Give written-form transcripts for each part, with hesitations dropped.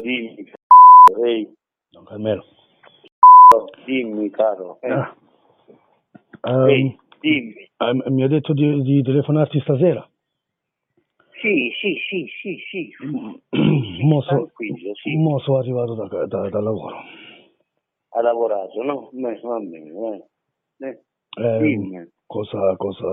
dimmi, ehi, Don Carmelo. dimmi, caro. Ah, Ehi, dimmi. mi ha detto di telefonarti stasera. Sì. Tranquillo, sì. Mo sono arrivato da lavoro. Ha lavorato, no? Va bene, dimmi. Cos'è,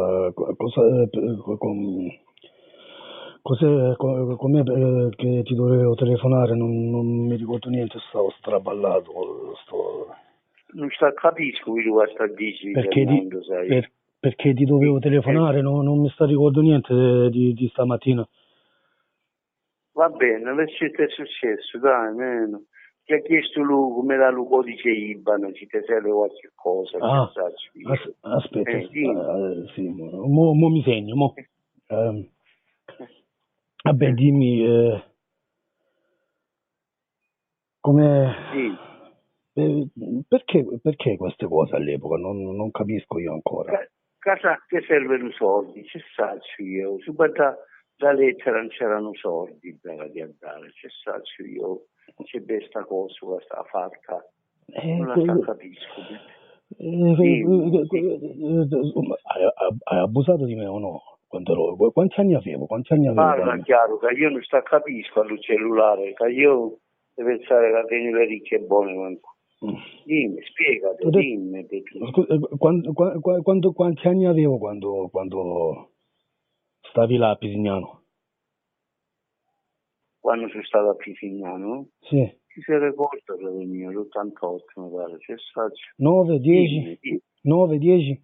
com'è che ti dovevo telefonare? Non mi ricordo niente, stavo straballato. Non capisco quello che sta dicendo, sai. Perché ti dovevo telefonare? Non mi sta ricordo niente di stamattina. Va bene, che è successo, dai, meno. Ti ha chiesto lui come era il codice IBAN, ci ti serve qualche cosa, aspetta, dimmi. sì, mo mi segno, mo. Vabbè, dimmi, come... Sì. Perché queste cose all'epoca? Non capisco io ancora. Casa che servono soldi, che saccio io, su quanta la lettera non c'erano soldi per di andare, che saccio io, c'è questa cosa, questa fatta, non la capisco. Hai abusato di me o no? Quanti anni avevo? Parla chiaro, che io non sta capisco al cellulare, che io devo pensare che tengo le ricche e buone. Dimmi, spiegati, dimmi. Quanti anni avevo quando stavi là a Pisignano? Quando sono stato a Pisignano? Sì. Chi si ricorda del mio, l'88 mi pare, c'è stato. 9, 10? 9, 10?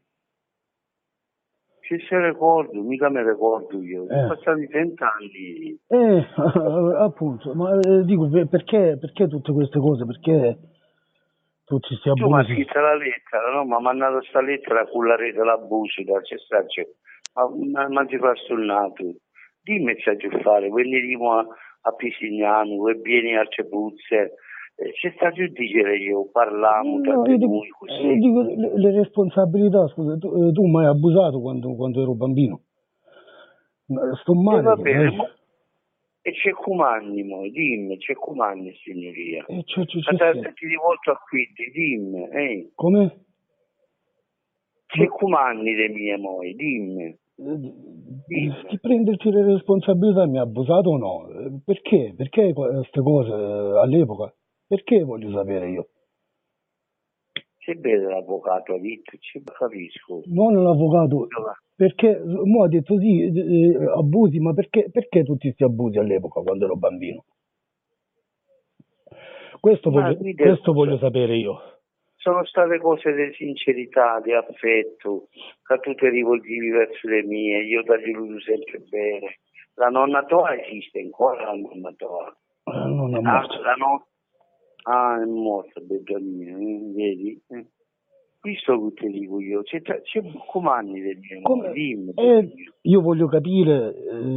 Ci si ricordo, mica mi ricordo io, sono passati 20 anni. Appunto, ma dico, perché tutte queste cose? Perché tutti questi abusi? Tu mi hai scritto la lettera, no? Mi ha mandato questa lettera con la rete l'abuso, c'è stato, ma ti fa nato. Dimmi che sai fare, veniamo a Pisignano, e vieni a Cepuzze, c'è stato a dire io, parliamo tra noi così. Dico, le responsabilità, scusa, tu mi hai abusato quando ero bambino. Sto male. Va bene, e c'è comandi, dimmi, c'è comandi, signoria. Ti rivolto a quindi, dimmi, Come? C'è comandi le mie dimmi. Di prenderti le responsabilità, mi ha abusato o no? Perché? Perché queste cose all'epoca? Perché voglio sapere io? C'è bene l'avvocato, ha detto, ci capisco. Non l'avvocato, perché mo ha detto sì, abusi, ma perché tutti questi abusi all'epoca quando ero bambino? Questo voglio sapere io. Sono state cose di sincerità, di affetto, che tu ti rivolgivi verso le mie, io ti ho voluto sempre bene. La nonna tua esiste ancora, la nonna tua? Non è morta. È morta, bella mia, vedi? Questo che ti dico io, c'è comandi le mie, dimmi. Io voglio capire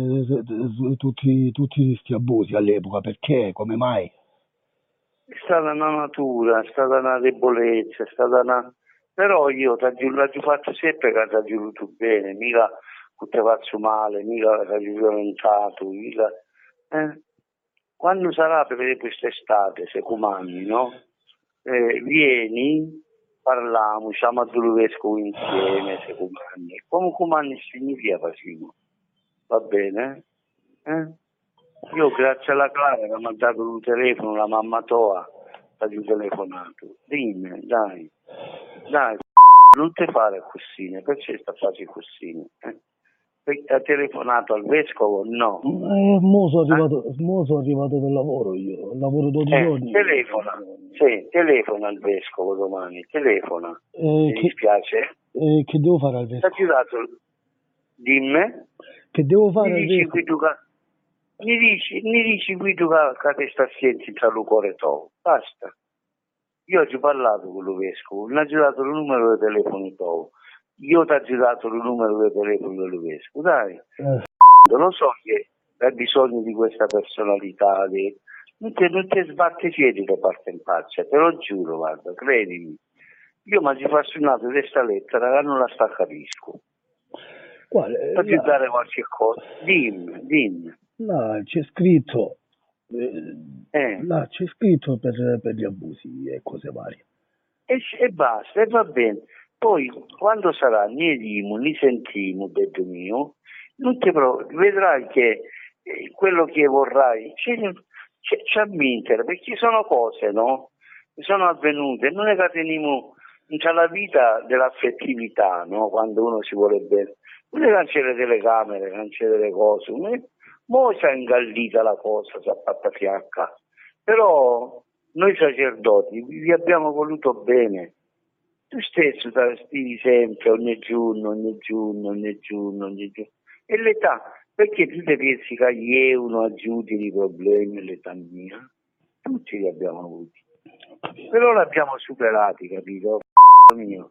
tutti questi abusi all'epoca, perché, come mai? È stata una natura, è stata una debolezza, è stata una... Però io ti fatto sempre che ti ho voluto bene, mica che ti faccio male, mica ti ho violentato, mica... Quando sarà per vedere quest'estate, se comandi, no? Vieni, parliamo, siamo a Duluvesco insieme, se comandi. Come comandi significa facciamo? Va bene? Io grazie alla Clara che mi ha dato un telefono, la mamma tua ti ha telefonato. Dimmi, dai, non ti fare così, perché sta facendo così? Ha telefonato al vescovo? No. Mo sono arrivato dal lavoro io, lavoro 12 giorni. Telefona al vescovo domani, telefona. Mi dispiace? Che devo fare al vescovo? Ti ha dato, dimmi. Che devo fare al vescovo? Mi dici qui tu che ti sta sentendo tra il cuore tuo, basta. Io ho parlato con il vescovo, mi ha dato il numero di telefono tuo, io ti ho dato il numero di telefono del vescovo, dai. Lo so che hai bisogno di questa personalità, non ti sbatte i piedi da parte in faccia, te lo giuro, guarda, credimi. Io mi ho fascinato di questa lettera, non la sta capisco. Quale? Potrei dare qualche cosa? Dimmi. No, c'è scritto Là c'è scritto per gli abusi e cose varie. E basta, e va bene. Poi, quando sarà, ne vediamo, ne sentiamo, detto mio, non ti vedrai che quello che vorrai ci ammintere, perché sono cose, no? Che sono avvenute, non è che teniamo, non c'è la vita dell'affettività, no? Quando uno si vuole bene. Non è che non c'è le telecamere, non c'è delle cose, mo' si è ingallita la cosa, si è fatta fiacca. Però noi sacerdoti vi abbiamo voluto bene. Tu stesso scrivi sempre ogni giorno. E l'età, perché tu ti pensi che gli euro aiuti i problemi all'età mia? Tutti li abbiamo avuti. Però l'abbiamo superati, capito? Mio.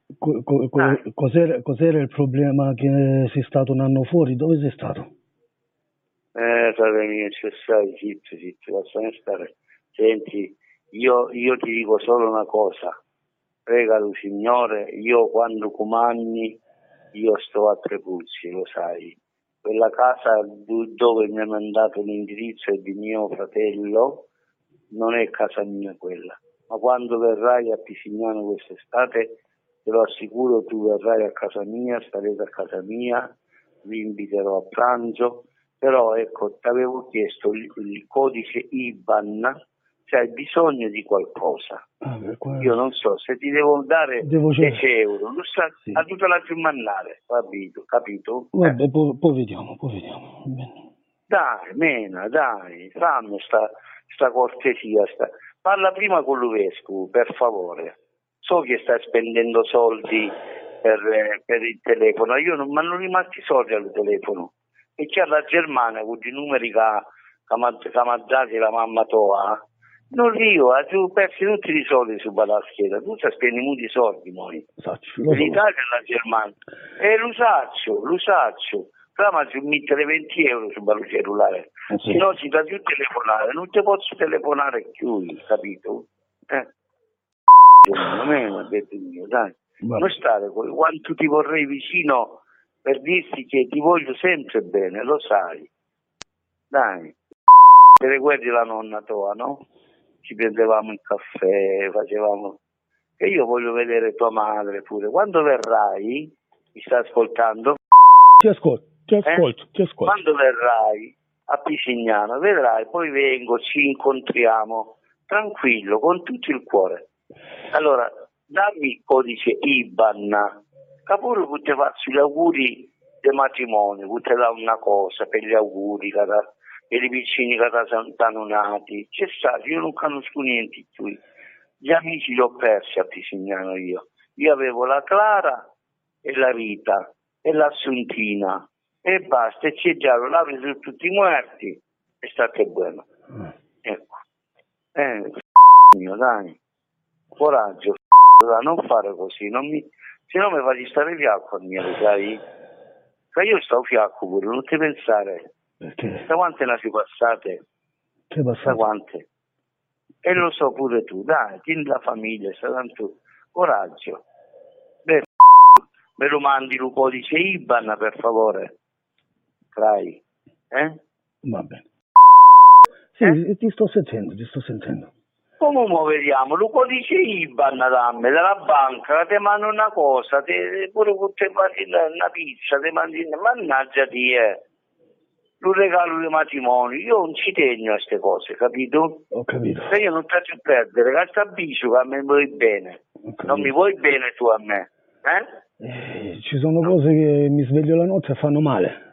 Cos'era il problema che sei stato un anno fuori? Dove sei stato? Frate mio, c'è stai, zitto, lasciami stare. Senti, io ti dico solo una cosa. Pregalo, Signore, io quando comandi, io sto a Trepuzzi, lo sai. Quella casa dove mi ha mandato l'indirizzo è di mio fratello, non è casa mia quella. Ma quando verrai a Pisignano quest'estate, te lo assicuro, tu verrai a casa mia, starete a casa mia, vi inviterò a pranzo, però ecco, ti avevo chiesto il codice IBAN, se hai bisogno di qualcosa. Io non so, se ti devo dare 10 euro, non sta sì. a tutta la giornata, capito? Vabbè, poi vediamo. Dai, Mena, dai, fammi sta cortesia. Parla prima con l'Uvescovo, per favore. So che stai spendendo soldi per il telefono, ma non rimasti soldi al telefono. E c'è la Germania con i numeri che mi ha dato la mamma tua. Non io, tu persi tutti i soldi su la scheda, tu stai spendendo molti soldi noi. L'Italia e la Germania. E lo saccio. Prima ci mettere 20 euro sul ballo cellulare, se no ci dà più telefonare, non ti posso telefonare più, capito? Non ha detto mio, dai. Non stare, quanto ti vorrei vicino per dirti che ti voglio sempre bene, lo sai. Dai, te le guardi la nonna tua, no? Ci prendevamo il caffè, facevamo... E io voglio vedere tua madre pure. Quando verrai, mi stai ascoltando? Ti ascolto. Quando verrai a Pisignano, vedrai, poi vengo, ci incontriamo, tranquillo, con tutto il cuore. Allora, dammi il codice IBAN, che pure che ti faccio gli auguri del matrimonio, che ti dà una cosa per gli auguri, per i piccini che sono nati. C'è stato, io non conosco niente più. Gli amici li ho persi a Pisignano io. Io avevo la Clara e la Rita e l'Assuntina. E basta, e c'è già, là sono tutti morti, è stato buono. Ecco. Mio, dai, coraggio, non fare così, se no mi fai stare fiacco a mio, sai? Che io sto fiacco pure, non ti pensare. Perché? Da quante ne sei passate? Che è passato? Da quante? E lo so pure tu, dai, tieni la famiglia, sta tanto coraggio. Beh, me lo mandi il codice IBAN, per favore. Crai, Va bene. Sì, ti sto sentendo. Come vediamo? Lo codice IBAN dammi dalla banca, ti mando una cosa, pure che ti mandi una pizza, ti mandi, mannaggia lo regalo di matrimonio, io non ci tengo a queste cose, capito? Ho capito. Se io non ti faccio perdere, che sta bici che a me vuoi bene, non mi vuoi bene tu a me, ci sono cose che mi sveglio la notte e fanno male.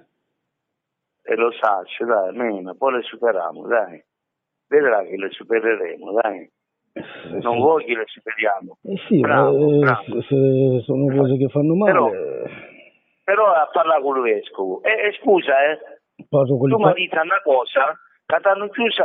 E lo saccio, dai, almeno, poi le superiamo, dai. Vedrà che le supereremo, dai. Non vuoi che le superiamo? Sì, bravo. Se sono cose che fanno male... Però a parlare con il vescovo. Scusa, tu mi dici una cosa, che ti hanno chiusa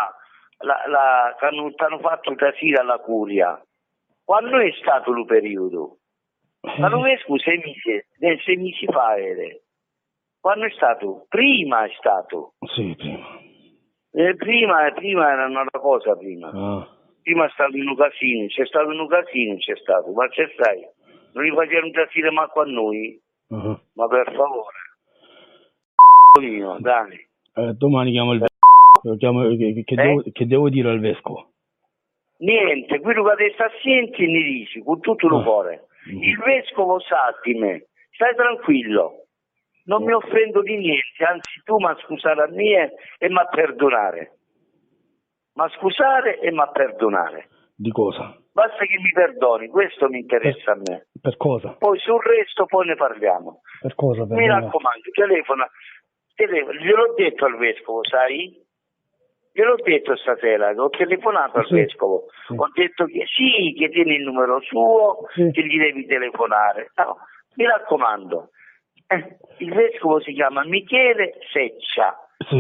che ti hanno fatto il casino alla curia. Quando è stato il periodo? Ma il vescovo 6 mesi fa era. Quando è stato? Prima è stato. Sì, prima. Prima era una cosa prima. Prima è stato un casino, c'è stato, ma c'è stai. Non gli facevano un casino manco a noi. Ma per favore. Mio, dai. Domani chiamo il Lo chiamo, che devo dire al vescovo? Niente, quello che adesso assienti ne dici, con tutto il cuore. Il vescovo sa di me, stai tranquillo, non mi offendo di niente, anzi tu mi scusare a me e mi perdonare. Ma scusare e mi perdonare. Di cosa? Basta che mi perdoni, questo mi interessa a me. Per cosa? Poi sul resto poi ne parliamo. Per cosa? Mi raccomando, telefona, gliel'ho detto al vescovo, sai? Gliel'ho detto stasera, ho telefonato al vescovo, ho detto che sì, che tieni il numero suo, che gli devi telefonare. No, mi raccomando, il vescovo si chiama Michele Seccia,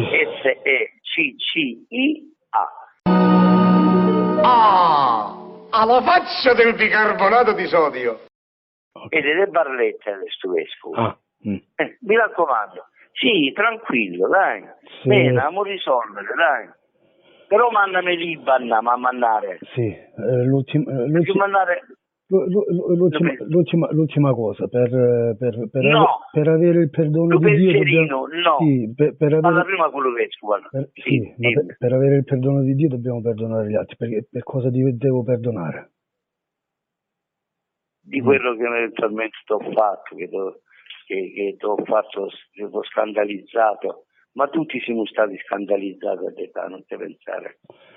Seccia. Alla faccia del bicarbonato di sodio. E delle barlette questo vescovo. Mi raccomando, sì, tranquillo, dai. Bene, amo risolvere, dai. Però mandami l'Iban, ma mandare. Sì, l'ultima cosa, per avere il perdono di Dio dobbiamo... No, sì, parla prima con lo vescovo. Per avere il perdono di Dio dobbiamo perdonare gli altri, perché per cosa devo perdonare? Di quello che eventualmente ti ho fatto, che ti ho fatto, ti ho scandalizzato, ma tutti siamo stati scandalizzati a età, non ti pensare.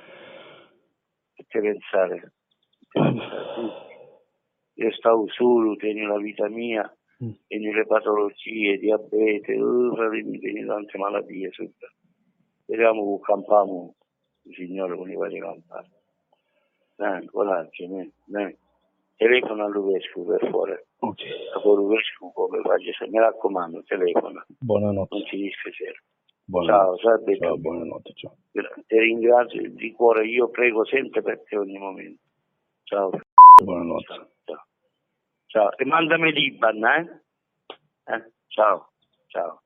Io stavo solo, tengo la vita mia, tengo le patologie, diabete, tengo tante malattie. Speriamo che campiamo il Signore con i vari campani. Dai, coraggio, dai. Telefona al vescovo per favore. Ok. Al vescovo come faccio, mi raccomando, telefona. Buonanotte. Non ti dispiacere. Buonanotte. Ciao, ciao, buonanotte, ciao. Ti ringrazio di cuore, io prego sempre per te ogni momento. Ciao. Buonanotte. Ciao. E mandami l'Iban, Ciao.